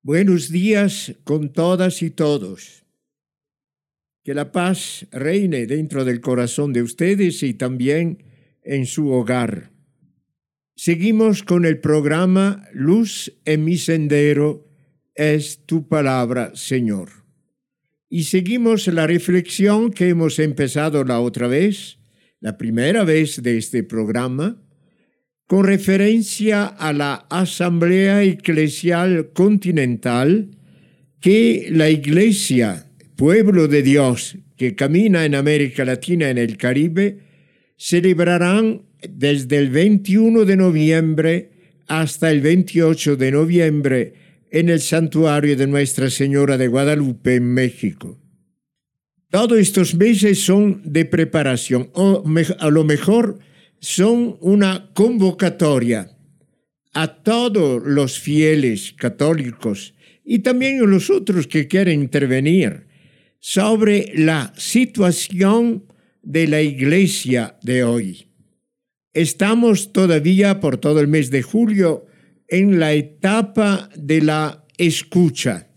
Buenos días con todas y todos. Que la paz reine dentro del corazón de ustedes y también en su hogar. Seguimos con el programa Luz en mi sendero es tu palabra, Señor. Y seguimos la reflexión que hemos empezado la otra vez, la primera vez de este programa, con referencia a la Asamblea Eclesial Continental que la Iglesia, pueblo de Dios que camina en América Latina y en el Caribe, celebrarán desde el 21 de noviembre hasta el 28 de noviembre en el santuario de Nuestra Señora de Guadalupe en México. Todos estos meses son de preparación, o a lo mejor son una convocatoria a todos los fieles católicos y también a los otros que quieren intervenir sobre la situación de la Iglesia de hoy. Estamos todavía por todo el mes de julio en la etapa de la escucha.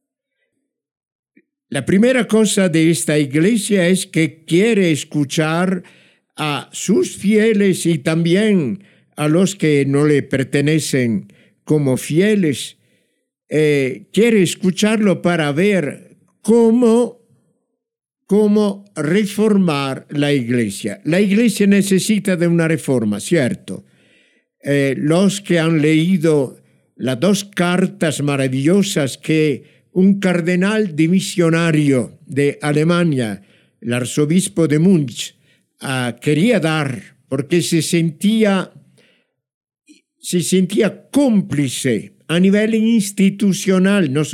La primera cosa de esta Iglesia es que quiere escuchar a sus fieles y también a los que no le pertenecen como fieles. Quiere escucharlo para ver cómo reformar la Iglesia. La Iglesia necesita de una reforma, ¿cierto? Los que han leído las dos cartas maravillosas que un cardenal dimisionario de Alemania, el arzobispo de Múnich, quería dar, porque se sentía cómplice a nivel institucional, no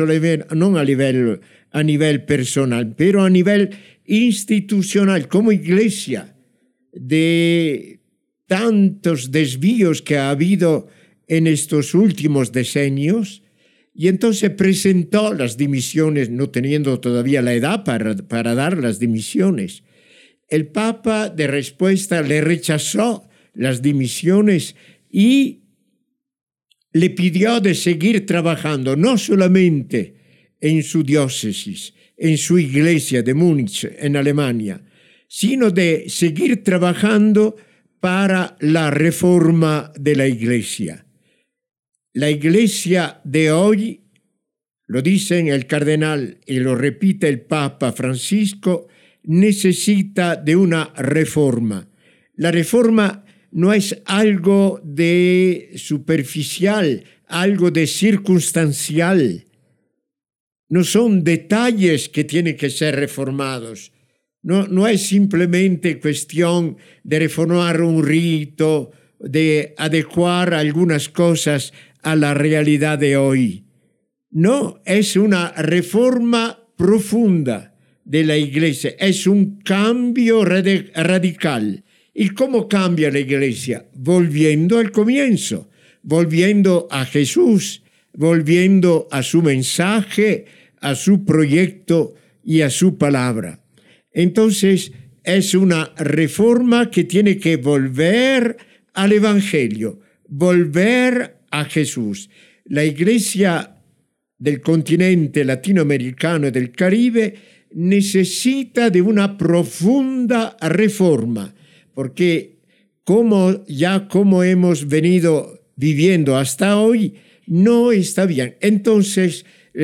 a nivel personal, pero a nivel institucional, como Iglesia, de tantos desvíos que ha habido en estos últimos decenios, y entonces presentó las dimisiones, no teniendo todavía la edad para dar las dimisiones. El Papa de respuesta le rechazó las dimisiones y le pidió de seguir trabajando, no solamente en su diócesis, en su iglesia de Múnich, en Alemania, sino de seguir trabajando para la reforma de la Iglesia. La Iglesia de hoy, lo dicen el cardenal y lo repite el Papa Francisco, necesita de una reforma. La reforma no es algo de superficial, algo de circunstancial. No son detalles que tienen que ser reformados. No es simplemente cuestión de reformar un rito, de adecuar algunas cosas a la realidad de hoy. No, es una reforma profunda de la Iglesia, es un cambio radical. ¿Y cómo cambia la Iglesia? Volviendo al comienzo, volviendo a Jesús, volviendo a su mensaje, a su proyecto y a su palabra. Entonces, es una reforma que tiene que volver al Evangelio, volver a Jesús. La Iglesia del continente latinoamericano y del Caribe necesita de una profunda reforma, porque como hemos venido viviendo hasta hoy, no está bien. Entonces,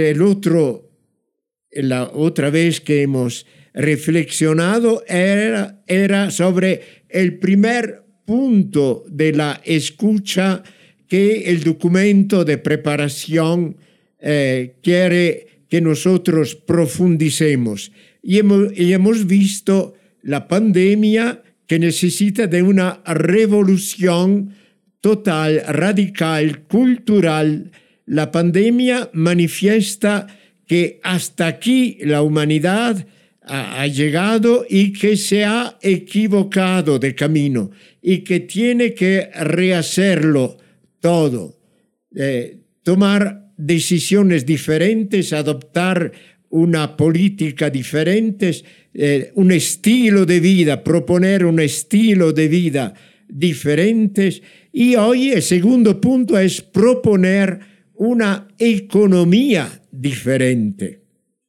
la otra vez que hemos reflexionado era sobre el primer punto de la escucha que el documento de preparación quiere que nosotros profundicemos. Y hemos visto la pandemia que necesita de una revolución total, radical, cultural. La pandemia manifiesta que hasta aquí la humanidad ha llegado y que se ha equivocado de camino y que tiene que rehacerlo todo, tomar decisiones diferentes, adoptar una política diferente, un estilo de vida, proponer un estilo de vida diferentes. Y hoy el segundo punto es proponer una economía diferente.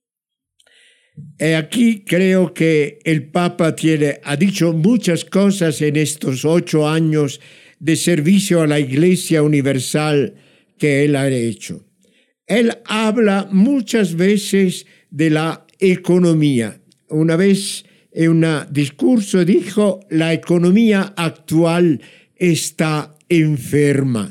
Y aquí creo que el Papa ha dicho muchas cosas en estos 8 años de servicio a la Iglesia Universal que él ha hecho. Él habla muchas veces de la economía. Una vez en un discurso dijo: la economía actual está enferma.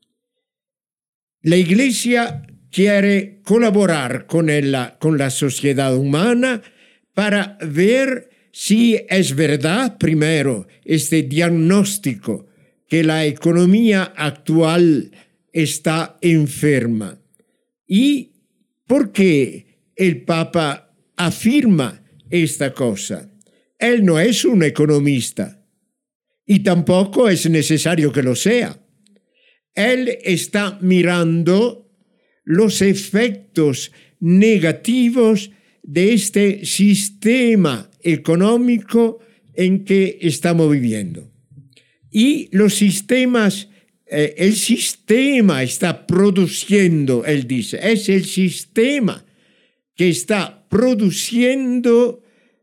La Iglesia quiere colaborar con la sociedad humana para ver si es verdad, primero, este diagnóstico que la economía actual está enferma. ¿Y por qué el Papa afirma esta cosa? Él no es un economista y tampoco es necesario que lo sea. Él está mirando los efectos negativos de este sistema económico en que estamos viviendo. Y los sistemas, el sistema está produciendo, él dice, es el sistema que está produciendo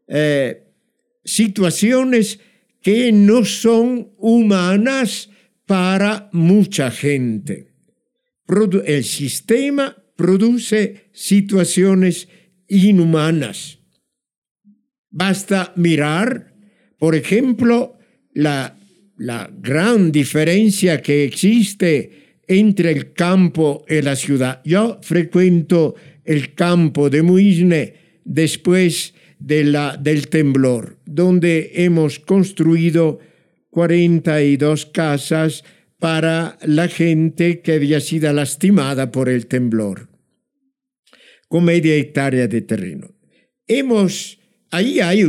situaciones que no son humanas para mucha gente. El sistema produce situaciones inhumanas. Basta mirar, por ejemplo, la gran diferencia que existe entre el campo y la ciudad. Yo frecuento el campo de Muisne después del temblor, donde hemos construido 42 casas para la gente que había sido lastimada por el temblor, con media hectárea de terreno. Ahí hay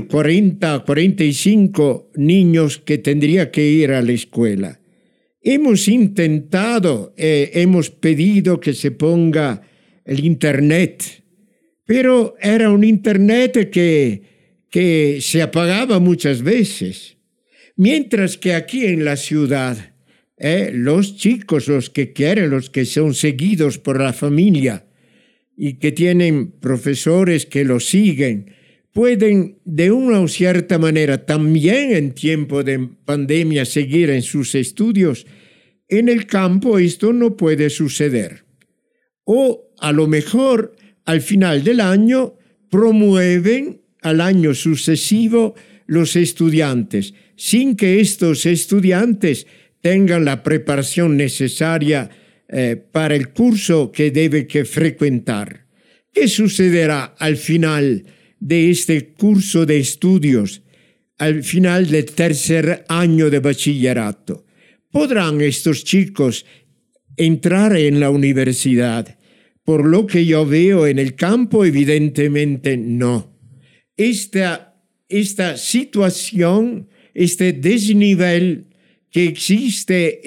45 niños que tendrían que ir a la escuela. Hemos intentado, hemos pedido que se ponga el internet, pero era un internet que se apagaba muchas veces. Mientras que aquí en la ciudad, los chicos, los que quieren, los que son seguidos por la familia y que tienen profesores que los siguen, pueden de una o cierta manera también en tiempo de pandemia seguir en sus estudios. En el campo esto no puede suceder. O a lo mejor al final del año promueven al año sucesivo los estudiantes, sin que estos estudiantes tengan la preparación necesaria para el curso que debe frecuentar. ¿Qué sucederá al final de este curso de estudios, al final del tercer año de bachillerato? ¿Podrán estos chicos entrar en la universidad? Por lo que yo veo en el campo, evidentemente no. Esta situación, este desnivel que existe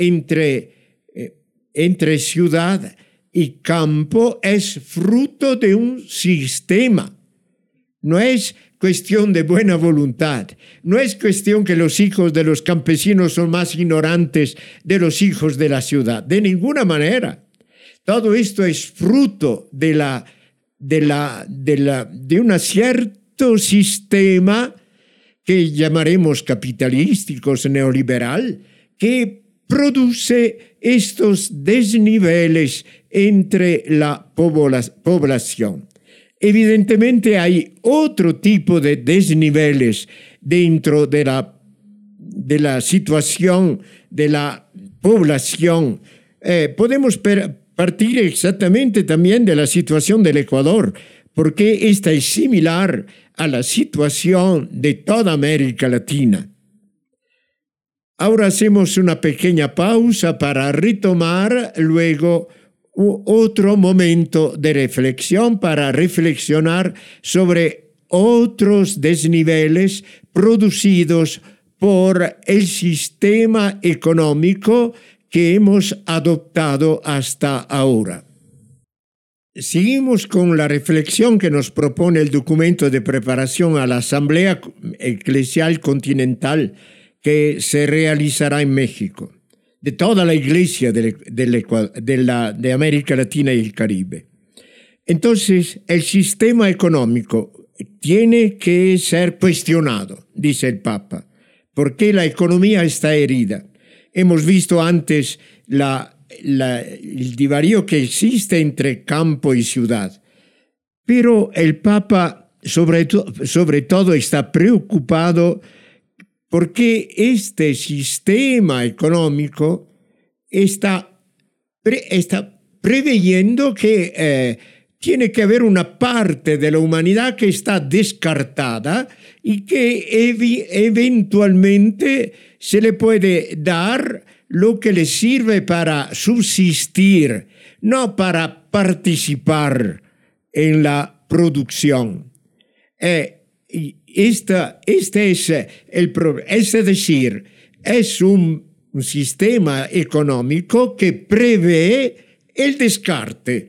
entre ciudad y campo es fruto de un sistema. No es cuestión de buena voluntad. No es cuestión que los hijos de los campesinos son más ignorantes de los hijos de la ciudad. De ninguna manera. Todo esto es fruto de un cierto sistema que llamaremos capitalísticos, neoliberal, que produce estos desniveles entre la población. Evidentemente hay otro tipo de desniveles dentro de la situación de la población. Podemos partir exactamente también de la situación del Ecuador, porque esta es similar a la situación de toda América Latina. Ahora hacemos una pequeña pausa para retomar luego otro momento de reflexión, para reflexionar sobre otros desniveles producidos por el sistema económico que hemos adoptado hasta ahora. Seguimos con la reflexión que nos propone el documento de preparación a la Asamblea Eclesial Continental que se realizará en México. de toda la iglesia de América Latina y el Caribe. Entonces, el sistema económico tiene que ser cuestionado, dice el Papa, porque la economía está herida. Hemos visto antes el divarío que existe entre campo y ciudad, pero el Papa sobre todo está preocupado porque este sistema económico está preveyendo que tiene que haber una parte de la humanidad que está descartada y que eventualmente se le puede dar lo que le sirve para subsistir, no para participar en la producción. Este es el problema. Es decir, es un sistema económico que prevé el descarte.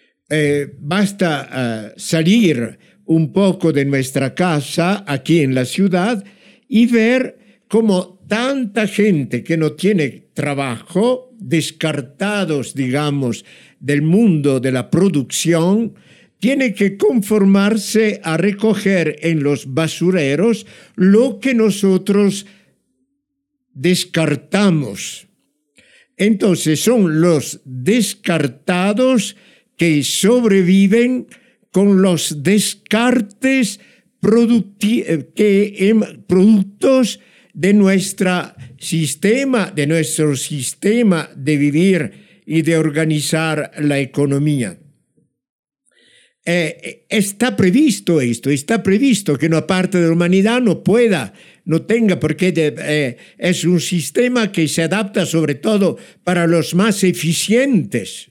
Basta salir un poco de nuestra casa aquí en la ciudad y ver cómo tanta gente que no tiene trabajo, descartados, digamos, del mundo de la producción, tiene que conformarse a recoger en los basureros lo que nosotros descartamos. Entonces son los descartados que sobreviven con los descartes productos de nuestro sistema de vivir y de organizar la economía. Está previsto esto, está previsto que una parte de la humanidad no tenga, porque es un sistema que se adapta sobre todo para los más eficientes,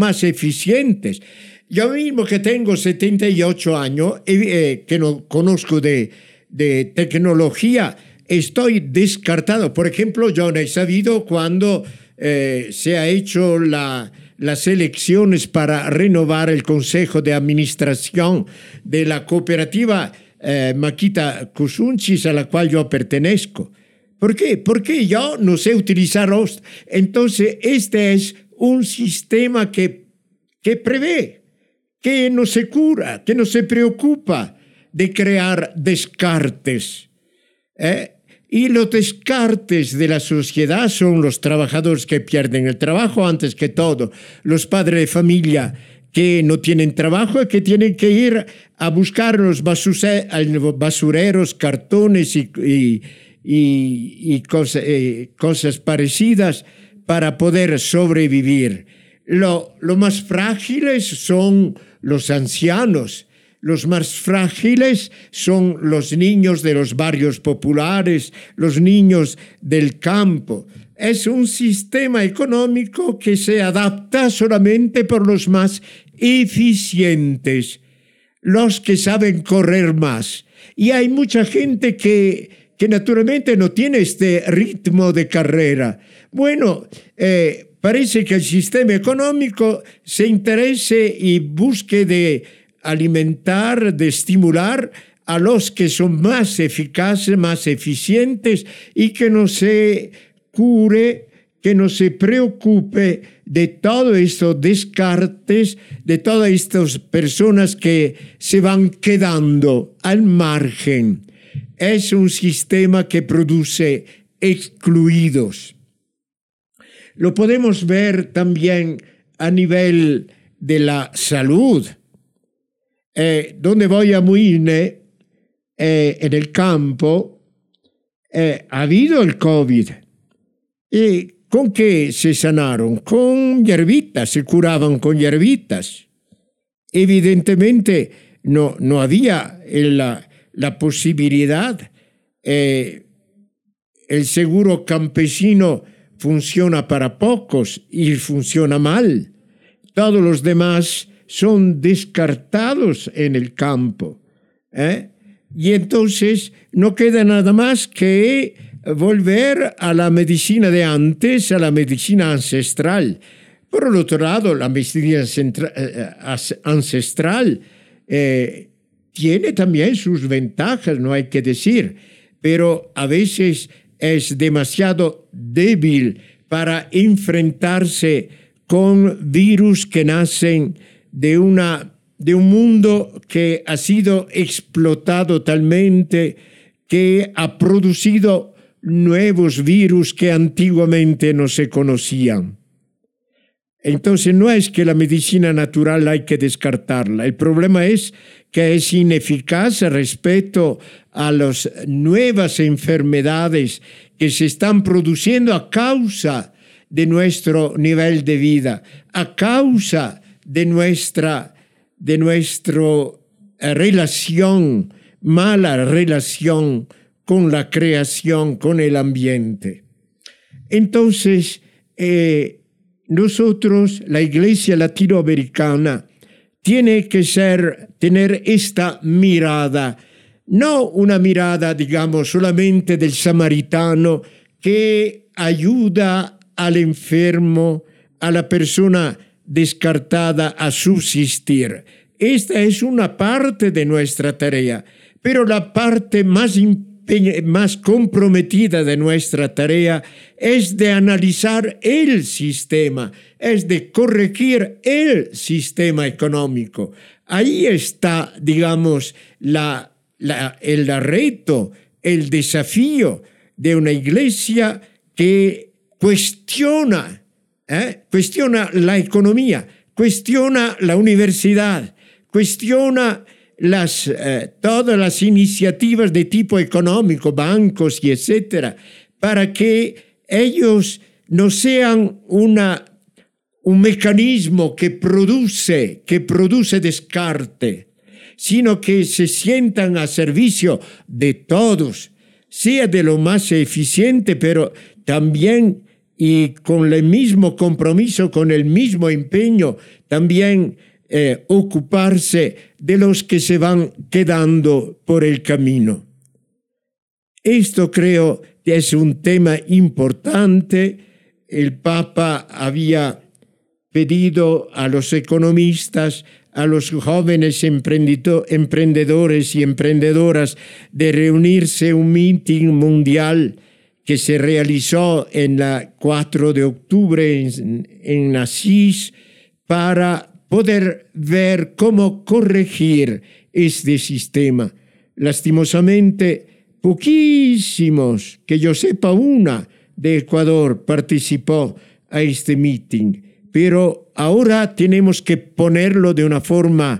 Yo mismo que tengo 78 años, que no conozco de tecnología, estoy descartado. Por ejemplo, yo no he sabido cuando se ha hecho las elecciones para renovar el Consejo de Administración de la cooperativa Makita Kusunchis, a la cual yo pertenezco. ¿Por qué? Porque yo no sé utilizarlos. Entonces, este es un sistema que prevé, que no se cura, que no se preocupa de crear descartes. Y los descartes de la sociedad son los trabajadores que pierden el trabajo antes que todo, los padres de familia que no tienen trabajo y que tienen que ir a buscar los basureros, cartones y cosas parecidas para poder sobrevivir. Lo más frágiles son los ancianos. Los más frágiles son los niños de los barrios populares, los niños del campo. Es un sistema económico que se adapta solamente por los más eficientes, los que saben correr más. Y hay mucha gente que naturalmente no tiene este ritmo de carrera. Bueno, parece que el sistema económico se interese y busque de alimentar, de estimular a los que son más eficaces, más eficientes y que no se cure, que no se preocupe de todos estos descartes, de todas estas personas que se van quedando al margen. Es un sistema que produce excluidos. Lo podemos ver también a nivel de la salud. Donde voy a Muine, en el campo, ha habido el COVID. ¿Y con qué se sanaron? Con hierbitas, se curaban con hierbitas. Evidentemente no había la posibilidad. El seguro campesino funciona para pocos y funciona mal. Todos los demás son descartados en el campo. Y entonces no queda nada más que volver a la medicina de antes, a la medicina ancestral. Por el otro lado, la medicina ancestral tiene también sus ventajas, no hay que decir, pero a veces es demasiado débil para enfrentarse con virus que nacen de un mundo que ha sido explotado totalmente, que ha producido nuevos virus que antiguamente no se conocían. Entonces no es que la medicina natural hay que descartarla, el problema es que es ineficaz respecto a las nuevas enfermedades que se están produciendo a causa de nuestro nivel de vida, a causa de nuestra relación, mala relación con la creación, con el ambiente. Entonces, nosotros, la Iglesia latinoamericana, tiene que tener esta mirada, no una mirada, digamos, solamente del samaritano que ayuda al enfermo, a la persona descartada a subsistir. Esta es una parte de nuestra tarea, pero la parte más comprometida de nuestra tarea es de analizar el sistema, es de corregir el sistema económico. Ahí está, digamos, el reto, el desafío de una iglesia que cuestiona la economía, cuestiona la universidad, cuestiona todas las iniciativas de tipo económico, bancos y etcétera, para que ellos no sean un mecanismo que produce descarte, sino que se sientan a servicio de todos, sea de lo más eficiente, pero también y con el mismo compromiso, con el mismo empeño, también ocuparse de los que se van quedando por el camino. Esto creo que es un tema importante. El Papa había pedido a los economistas, a los jóvenes emprendedores y emprendedoras de reunirse un meeting mundial que se realizó en la 4 de octubre en Asís para poder ver cómo corregir este sistema. Lastimosamente, poquísimos, que yo sepa una de Ecuador participó a este meeting, pero ahora tenemos que ponerlo de una forma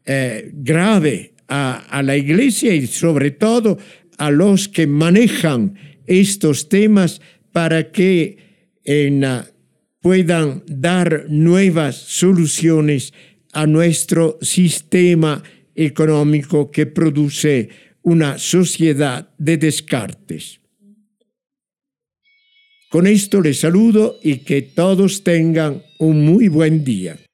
grave a la Iglesia y sobre todo a los que manejan estos temas para que puedan dar nuevas soluciones a nuestro sistema económico que produce una sociedad de descartes. Con esto les saludo y que todos tengan un muy buen día.